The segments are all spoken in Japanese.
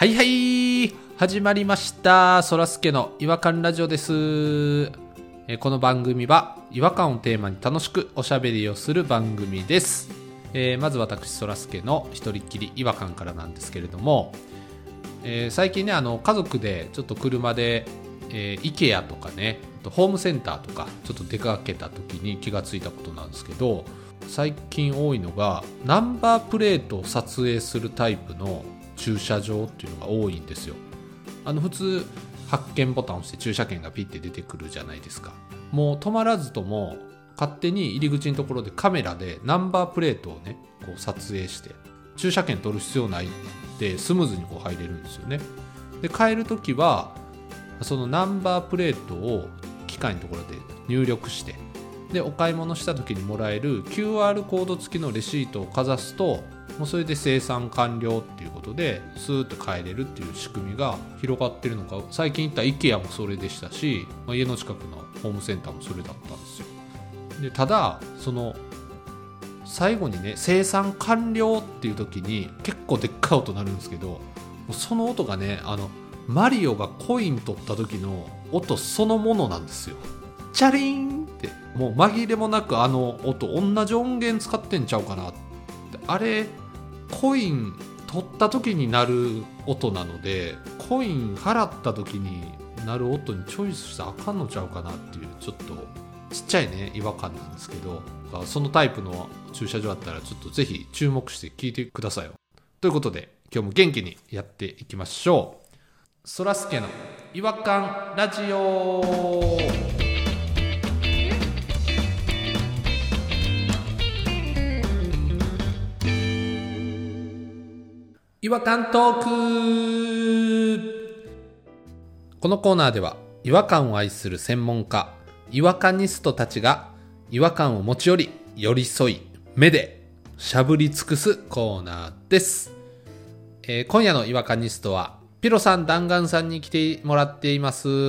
はいはい始まりましたそらすけの違和感ラジオです。この番組は違和感をテーマに楽しくおしゃべりをする番組です。まず私そらすけの一人っきり違和感からなんですけれども、最近ね家族でちょっと車で、IKEA とかねホームセンターとかちょっと出かけた時に気がついたことなんですけど、最近多いのがナンバープレートを撮影するタイプの駐車場っていうのが多いんですよ。普通発見ボタンを押して駐車券がピッて出てくるじゃないですか。もう止まらずとも勝手に入り口のところでカメラでナンバープレートをねこう撮影して駐車券取る必要ないでスムーズにこう入れるんですよね。で帰るときはそのナンバープレートを機械のところで入力して、でお買い物した時にもらえる QR コード付きのレシートをかざすともうそれで生産完了っていうことでスーッと帰れるっていう仕組みが広がってるのか、最近行った IKEA もそれでしたし、家の近くのホームセンターもそれだったんですよ。でただその最後にね生産完了っていう時に結構でっかい音鳴るんですけど、その音がねマリオがコイン取った時の音そのものなんですよ。チャリーンってもう紛れもなく音同じ音源使ってんちゃうかなって。あれコイン取った時に鳴る音なのでコイン払った時に鳴る音にチョイスしたらあかんのちゃうかなっていうちょっとちっちゃいね違和感なんですけど、そのタイプの駐車場あったらちょっとぜひ注目して聞いてくださいよ。ということで今日も元気にやっていきましょう。そらすけの違和感ラジオ。違和感トーク。このコーナーでは違和感を愛する専門家違和感ニストたちが違和感を持ち寄り寄り添い目でしゃぶり尽くすコーナーです。今夜の違和感ニストはピロさん、弾丸さんに来てもらっています。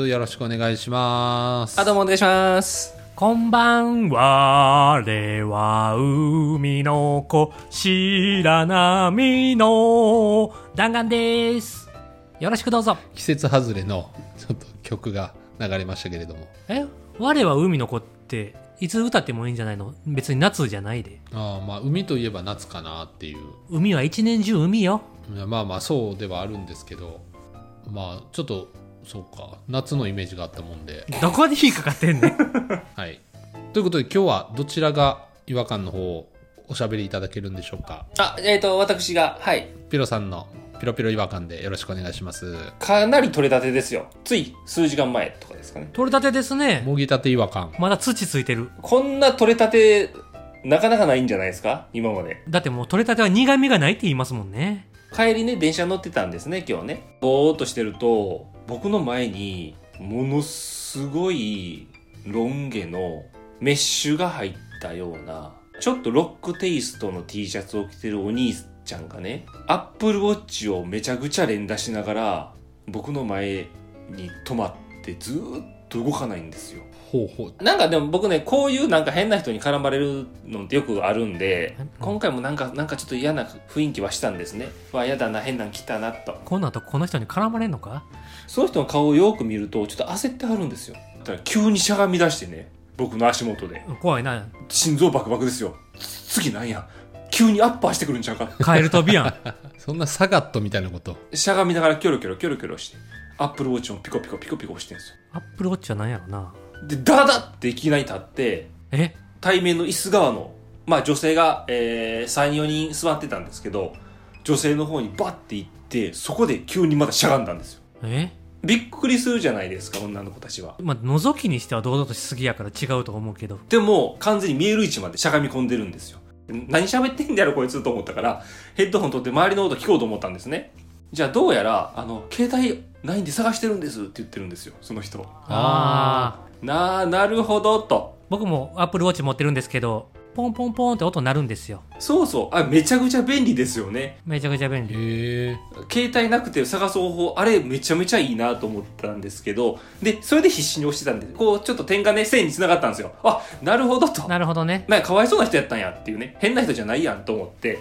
よろしくお願いします。 どうもお願いします。 こんばんは、我は海の子、白波の弾丸です。よろしくどうぞ。 季節外れのちょっと曲が流れましたけれども。 我は海の子っていつ歌ってもいいんじゃないの？別に夏じゃないで。 まあ海といえば夏かなっていう。 海は一年中海よ。 まあまあそうではあるんですけど、まあちょっとそうか夏のイメージがあったもんでどこに引っかかってんねんはい、ということで今日はどちらが違和感の方をおしゃべりいただけるんでしょうか。 私がピロさんのピロピロ違和感でよろしくお願いします。 かなり取れたてですよ。つい数時間前とかですかね。 取れたてですね。 もぎたて違和感。 まだ土ついてる。 こんな取れたてなかなかないんじゃないですか今まで。 だってもう取れたては苦味がないって言いますもんね。 帰りね電車乗ってたんですね今日ね。ぼーっとしてると僕の前にものすごいロン毛のメッシュが入ったようなちょっとロックテイストの T シャツを着てるお兄ちゃんがね、アップルウォッチをめちゃくちゃ連打しながら僕の前に止まってずーっと動かないんですよ。 ほうほう。 なんかでも僕ねこういうなんか変な人に絡まれるのってよくあるんで、今回もなんかちょっと嫌な雰囲気はしたんですね。嫌だな変なん来たなと。 この後この人に絡まれんのか。 その人の顔をよく見るとちょっと焦ってはるんですよ。だから急にしゃがみ出してね僕の足元で怖いな。 心臓バクバクですよ。次なんや急にアッパーしてくるんちゃうか。 カエル飛びやんそんなサガットみたいなこと。 しゃがみながらキョロキョロしてアップルウォッチもピコピコ押してんですよ。 アップルウォッチは何やろな。 でダダっていきなり立って対面の椅子側の女性が、3、4人座ってたんですけど女性の方にバッて行ってそこで急にまたしゃがんだんですよ。びっくりするじゃないですか女の子たちは。 覗きにしては堂々としすぎやから違うと思うけど、 でも完全に見える位置までしゃがみ込んでるんですよ。何喋ってんだろこいつと思ったからヘッドホン取って周りの音聞こうと思ったんですね。じゃあどうやら携帯ないんで探してるんですって言ってるんですよその人。なるほどと。 僕もアップルウォッチ持ってるんですけどポンポンポンって音鳴るんですよ。 そうそうめちゃくちゃ便利ですよね。 めちゃくちゃ便利。 携帯なくて探す方法あれめちゃめちゃいいなと思ったんですけど、でそれで必死に押してたんでこうちょっと点がね線に繋がったんですよ。なるほどと。 なるほどね。 かわいそうな人やったんやっていうね変な人じゃないやんと思って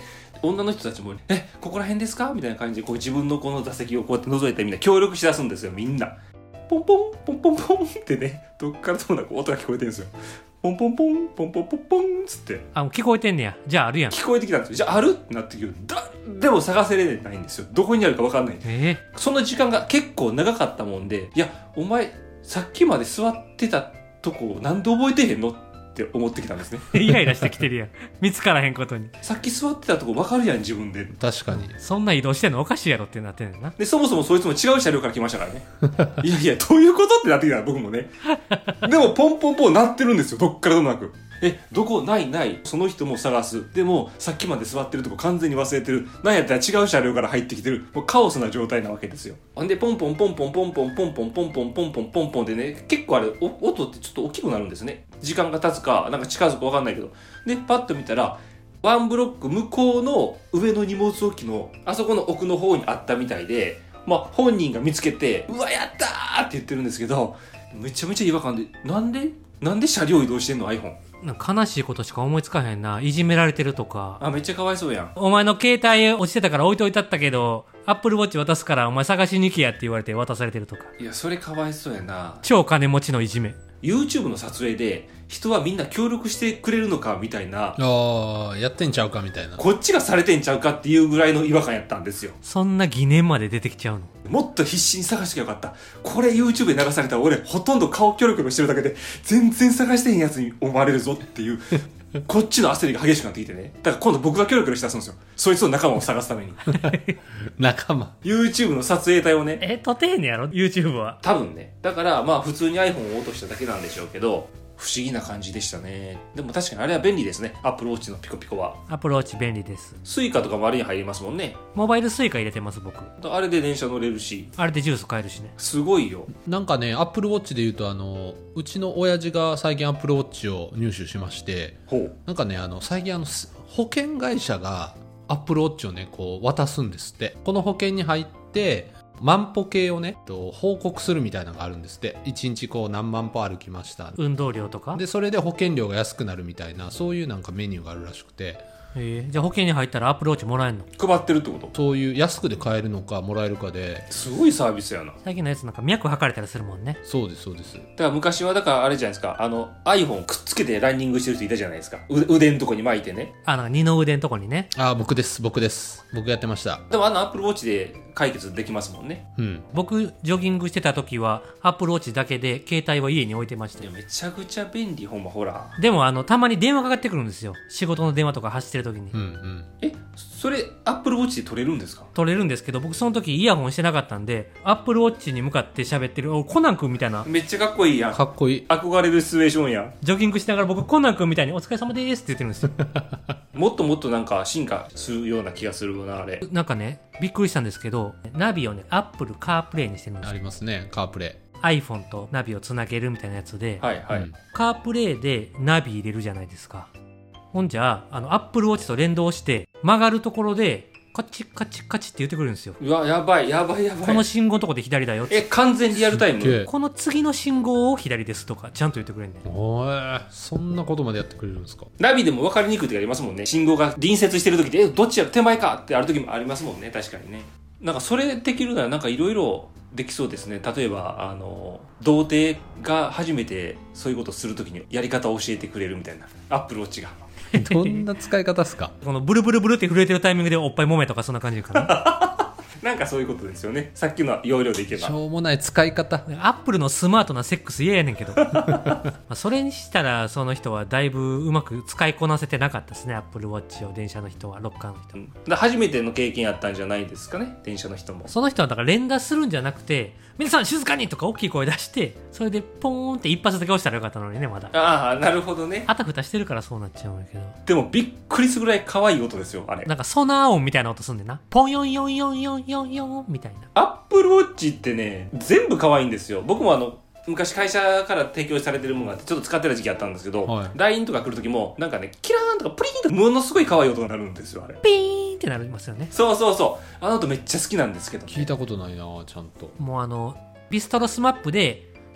女の人たちもここら辺ですかみたいな感じでこう自分のこの座席をこうやって覗いてみんな協力しだすんですよ。みんなポンポンポンポンポンってね、どっからともなく音が聞こえてるんですよ。ポンポンポンポンポンポンポンつってあ、聞こえてんねや。じゃああるやん。 聞こえてきたんですよ。じゃああるってなってくる。でも探せれないんですよ。どこにあるか分かんない。その時間が結構長かったもんで、いやお前さっきまで座ってたとこなんで覚えてへんのって思ってきたんですね。 イライラしてきてるやん。見つからへんことに。 さっき座ってたとこ分かるやん自分で。 確かに。 そんな移動してんのおかしいやろってなってんねんな。 でそもそもそいつも違う車両から来ましたからね。いやいやどういうことってなってきた僕もね。でもポンポンポン鳴ってるんですよ。どっからともなく。どこないその人も探す。でもさっきまで座ってるとこ完全に忘れてる。なんやったら違う車両から入ってきてる。もうカオスな状態なわけですよ。ほんでポンポンポンポンポンポンポンポンポンポンポンポンポンポンでね、結構あれ音ってちょっと大きくなるんですね。時間が経つかなんか近づくか分かんないけど。でパッと見たらワンブロック向こうの上の荷物置きのあそこの奥の方にあったみたいで、本人が見つけてうわやったーって言ってるんですけど、めちゃめちゃ違和感で、なんで車両移動してんの iPhone。 なんか悲しいことしか思いつかへんな。いじめられてるとか。 めっちゃかわいそうやん。 お前の携帯落ちてたから置いといたったけど、Apple Watch 渡すからお前探しに行けやって言われて渡されてるとか。 いやそれかわいそうやな。 超金持ちのいじめ。 YouTube の撮影で人はみんな協力してくれるのかみたいな、 やってんちゃうかみたいな。 こっちがされてんちゃうかっていうぐらいの違和感やったんですよ。 そんな疑念まで出てきちゃうの。 もっと必死に探してよかった。これ YouTube で流されたら俺ほとんど顔キョロキョロしてるだけで全然探してへんやつに思われるぞっていうこっちの焦りが激しくなってきてね。だから今度僕がキョロキョロしだすんですよ。そいつの仲間を探すために。 仲間。 YouTube の撮影隊をね。 撮ってへんねやろ YouTube は。 多分ね。だから普通に iPhone を落としただけなんでしょうけど、不思議な感じでしたね。でも確かにあれは便利ですね。Apple Watch のピコピコは。 Apple Watch 便利です。 スイカとかもあれに入りますもんね。 モバイルスイカ入れてます僕。 あれで電車乗れるし。 あれでジュース買えるしね。 すごいよ。 なんかね、Apple Watch で言うとうちの親父が最近 Apple Watch を入手しまして、なんかね最近保険会社が Apple Watch をねこう渡すんですって。この保険に入って万歩計をね報告するみたいなのがあるんですって。1日こう何万歩歩きました、 運動量とかでそれで保険料が安くなるみたいな、そういうなんかメニューがあるらしくて。 じゃあ保険に入ったらアップルウォッチもらえんの？ 配ってるってこと？ そういう安くで買えるのかもらえるかで、 すごいサービスやな。 最近のやつなんか脈測れたりするもんね。 そうですそうです。 だから昔はだからあれじゃないですか、iPhone くっつけてランニングしてる人いたじゃないですか。腕のとこに巻いてね。 なんか二の腕のとこにね。 僕です僕やってました。 でもApple Watch で解決できますもんね。 僕ジョギングしてた時はアップルウォッチだけで携帯は家に置いてましたよ。 めちゃくちゃ便利。ほら。 でもたまに電話かかってくるんですよ。仕事の電話とか走ってる時に。 それ Apple Watch で撮れるんですか？ 撮れるんですけど、僕その時イヤホンしてなかったんで、Apple Watch に向かって喋ってるコナン君みたいな。 めっちゃかっこいいやん。 かっこいい。 憧れるシチュエーションやん。 ジョギングしながら僕コナン君みたいにお疲れ様ですって言ってるんですよ。 もっともっとなんか進化するような気がするなあれ。 なんかね、びっくりしたんですけど、ナビをね Apple CarPlay にしてるんですよ。 ありますね、カープレイ。 iPhone とナビをつなげるみたいなやつで、 はいカープレイでナビ入れるじゃないですか。ほんじゃApple Watch と連動して曲がるところでカチカチカチって言ってくるんですよ。 うわ、やばい。 この信号のとこで左だよって。 完全リアルタイム。 この次の信号を左ですとかちゃんと言ってくれんねん。 そんなことまでやってくれるんですか？ ナビでも分かりにくい時ありますもんね。信号が隣接してる時でどっちや手前かってある時もありますもんね。確かにね。なんかそれできるならなんかいろいろできそうですね。例えば童貞が初めてそういうことする時にやり方を教えてくれるみたいな、アップルウォッチが。 どんな使い方っすか？ このブルブルブルって震えてるタイミングでおっぱい揉めとかそんな感じかな。 なんかそういうことですよね。さっきの要領でいけば。 しょうもない使い方。 アップルのスマートなセックス嫌やねんけど。それにしたらその人はだいぶうまく使いこなせてなかったですね。アップルウォッチを電車の人は、ロッカーの人。 初めての経験やったんじゃないですかね。電車の人も。 その人はだから連打するんじゃなくて、皆さん静かにとか大きい声出して、それでポーンって一発だけ押したらよかったのにね、まだ。 ああ、なるほどね。 あたふたしてるからそうなっちゃうんやけど。 でもびっくりするぐらい可愛い音ですよ、あれ。 なんかソナー音みたいな音すんでな。ポンヨンヨンヨンヨンヨンヨンみたいな。 アップルウォッチってね、全部可愛いんですよ。僕も昔会社から提供されてるものがあってちょっと使ってた時期あったんですけど、LINE とか来る時もなんかね、キラーンとかプリーンとかものすごい可愛い音が鳴るんですよ、あれ。 ピーンってなりますよね。 そうあの音めっちゃ好きなんですけど、 聞いたことないなちゃんと。 もうビストロスマップで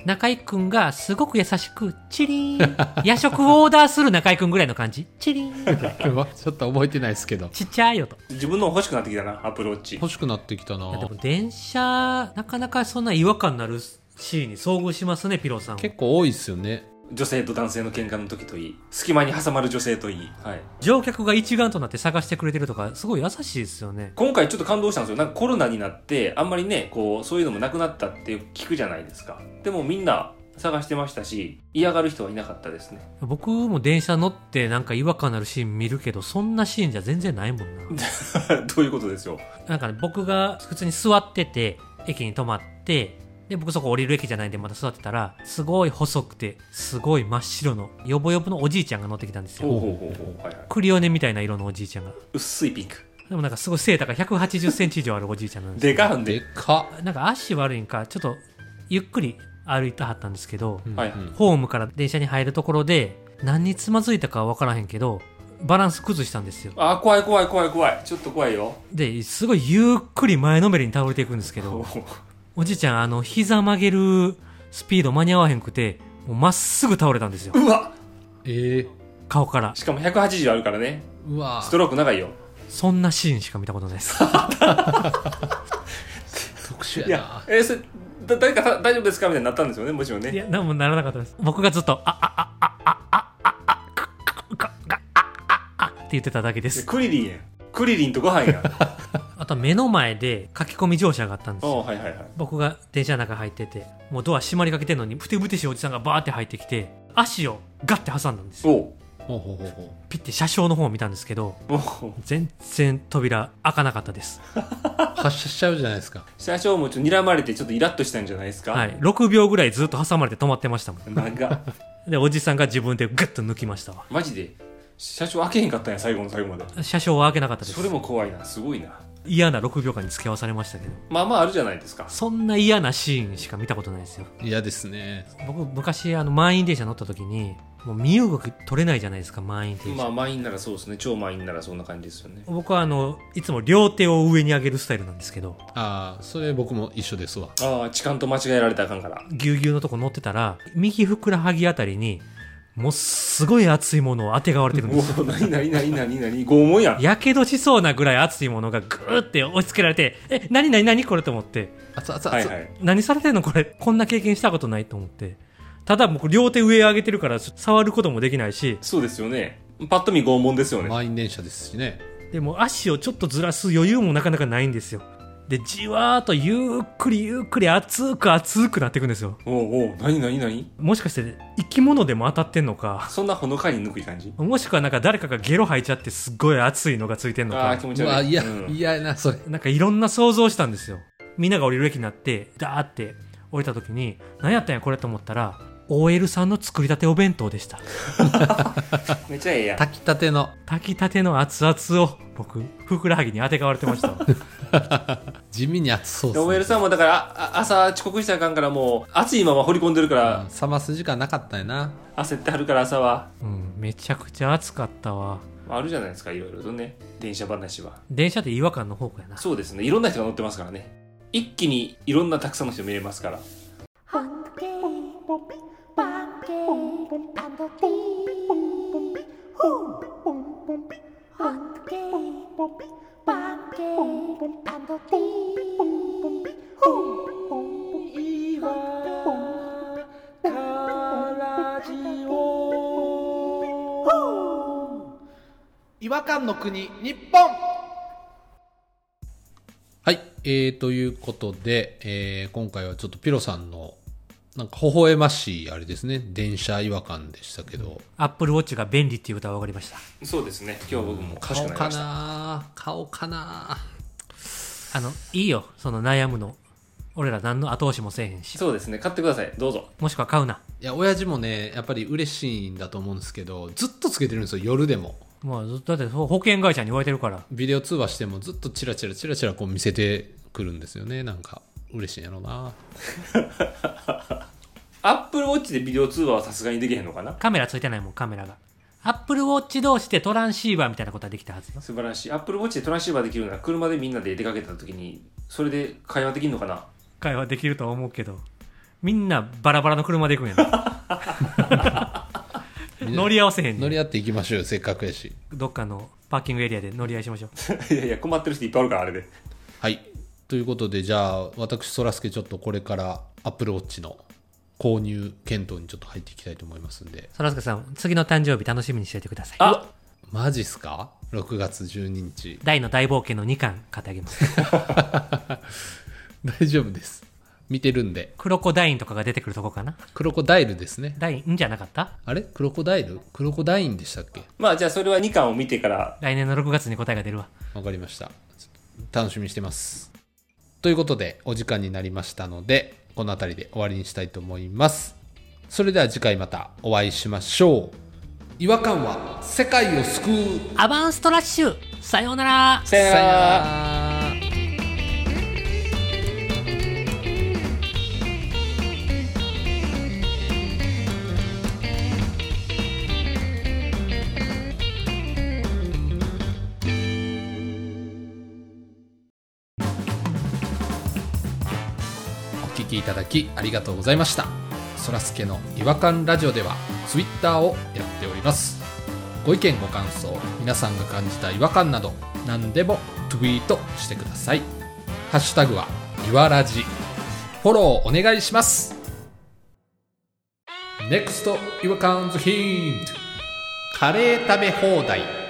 中居くんがすごく優しく、チリーン。夜食をオーダーする中居くんぐらいの感じ。チリーン。 ちょっと覚えてないですけど。 ちっちゃいよと。 自分の欲しくなってきたな、アップルウォッチ。 欲しくなってきたな。 でも電車、なかなかそんな違和感のあるシーンに遭遇しますね、ピロさんは。 結構多いっすよね。 女性と男性の喧嘩の時といい、隙間に挟まる女性といい、はい、 乗客が一丸となって探してくれてるとか、すごい優しいですよね。 今回ちょっと感動したんですよ。なんかコロナになってあんまりねこうそういうのもなくなったって聞くじゃないですか。でもみんな探してましたし、嫌がる人はいなかったですね。 僕も電車乗ってなんか違和感のあるシーン見るけど、そんなシーンじゃ全然ないもんな。 どういうことですよ。 なんかね、僕が普通に座ってて、駅に止まって、で、僕そこ降りる駅じゃないんでまた座ってたら、すごい細くて、すごい真っ白の、ヨボヨボのおじいちゃんが乗ってきたんですよ。 ほうほうほうほう、はいはい、 クリオネみたいな色のおじいちゃんが。 薄いピンク。 でもなんかすごい背高い180センチ以上あるおじいちゃんなんですよ。 でかんで。 でかっ。 なんか足悪いんか、ちょっとゆっくり歩いてはったんですけど、 はいはい、 ホームから電車に入るところで、何につまずいたかは分からへんけど、バランス崩したんですよ。 あ、怖い怖い怖い怖い。ちょっと怖いよ。 で、すごいゆっくり前のめりに倒れていくんですけど、おじいちゃん、膝曲げるスピード間に合わへんくて、もうまっすぐ倒れたんですよ。 うわ、 顔から。 しかも180あるからね。 うわストローク長いよ。 そんなシーンしか見たことないです。 特殊いやな。 や、それ誰か大丈夫ですかみたいになったんですよね、もちろんね。 いや、何もならなかったです。僕がずっと、って言ってただけです。 クリリンやん。クリリンとご飯やん。 あと目の前で書き込み乗車があったんですよ。 はいはいはい。 僕が電車の中入ってて、もうドア閉まりかけてんのに、ふてぶてしいおじさんがバーって入ってきて、足をガッて挟んだんですよ。 おうほうほうほうほピッて車掌の方を見たんですけど、 おう、 全然扉開かなかったです。 う。発射しちゃうじゃないですか。 社長もちょっと睨まれてちょっとイラッとしたんじゃないですか。 はい。6秒ぐらいずっと挟まれて止まってましたもん。 長で、おじさんが自分でグッと抜きましたわ。 マジで社長開けへんかったんや、最後の最後まで。 車掌は開けなかったです。 それも怖いな、すごいな。 嫌な6秒間に付き合わされましたけど、 まあまああるじゃないですか。 そんな嫌なシーンしか見たことないですよ。 嫌ですね。 僕昔満員電車乗った時に、もう身動き取れないじゃないですか、満員電車。 まあ満員ならそうですね、超満員ならそんな感じですよね。 僕はいつも両手を上に上げるスタイルなんですけど、 ああ、それ僕も一緒ですわ。 ああ、痴漢と間違えられたらあかんから。 ぎゅうぎゅうのとこ乗ってたら、右ふくらはぎあたりにもうすごい熱いものを当てがわれてるんですよ。 おお、なになになになになに拷問やん。 やけどしそうなぐらい熱いものがグーって押し付けられて、何これと思って、 熱々熱々。 はいはい。 何されてんのこれ、こんな経験したことないと思って。ただ僕両手上上げてるから触ることもできないし、 そうですよね。パッと見拷問ですよね。 満員電車ですしね。 でも足をちょっとずらす余裕もなかなかないんですよ。で、じわーっとゆっくり熱くなっていくんですよ。 おうおう、なになになに。 もしかして生き物でも当たってんのか、 そんなほのかにぬくい感じ。 もしくはなんか誰かがゲロ吐いちゃってすっごい熱いのがついてんのかああ、気、持ちうわ、 悪い。 嫌、 うん嫌やな、それ。 なんかいろんな想像したんですよ。みんなが降りる駅になって、ダーって降りた時に、何やったんやこれと思ったら、OL さんの作りたてお弁当でした。 めっちゃええやん。 炊きたての。 炊きたての熱々を僕、ふくらはぎに当てがわれてましたわ。 地味に熱そうでです OL さんもだから朝遅刻したらあかんから、もう熱いまま掘り込んでるから、 ね。冷ます時間なかったんやな。 焦ってはるから朝は。 うん、めちゃくちゃ暑かったわ。 あるじゃないですか、いろいろとね、電車話は。 電車って違和感の方向やな。 そうですね、いろんな人が乗ってますからね。一気にいろんなたくさんの人見れますから。 違和感の国、日本。はい、ということで、今回はちょっとピロさんのなんか微笑ましいあれですね、電車違和感でしたけど、 アップルウォッチが便利っていうことは分かりました。 そうですね、今日は僕も賢くなりました。 買おうかな。 いいよ、その悩むの。俺ら何の後押しもせえへんし。 そうですね、買ってください、どうぞ。 もしくは買うな。 いや、親父もね、やっぱり嬉しいんだと思うんですけど、ずっとつけてるんですよ、夜でも。 もうだって保険会社に言われてるから。 ビデオ通話してもずっとチラチラこう見せてくるんですよね。なんか嬉しいんやろうな。 アップルウォッチでビデオ通話はさすがにできへんのかな。 カメラついてないもん、カメラが。アップルウォッチ同士でトランシーバーみたいなことはできたはずよ。 素晴らしい。アップルウォッチでトランシーバーできるなら、車でみんなで出かけた時にそれで会話できるのかな。 会話できると思うけど、 みんなバラバラの車で行くんやな乗り合わせへんねん。 乗り合っていきましょうよ、せっかくやし。 どっかのパーキングエリアで乗り合いしましょう。 いやいや、困ってる人いっぱいおるから、あれで。 はい。ということで、じゃあ、私、そらすけちょっとこれからアップルウォッチの購入検討にちょっと入っていきたいと思いますんで。 そらすけさん、次の誕生日楽しみにしておいてください。 あ、 マジっすか？ 6 月12日。 大の大冒険の2巻買ってあげます。 大丈夫です。見てるんで。 クロコダインとかが出てくるとこかな。 クロコダイルですね。 ダインじゃなかった？ あれクロコダイル？クロコダインでしたっけ？ まあじゃあそれは2巻を見てから。 来年の6月に答えが出るわ。 わかりました。楽しみにしてます。ということで、お時間になりましたので、この辺りで終わりにしたいと思います。それでは次回またお会いしましょう。違和感は世界を救う。 アバンストラッシュ、さようなら。 さよなら。 お聞きいただきありがとうございました。そらすけの違和感ラジオではツイッターをやっております。ご意見ご感想、皆さんが感じた違和感など何でもツイートしてください。ハッシュタグはいわらじ。フォローお願いします。 NEXT 違和感ズヒント。カレー食べ放題。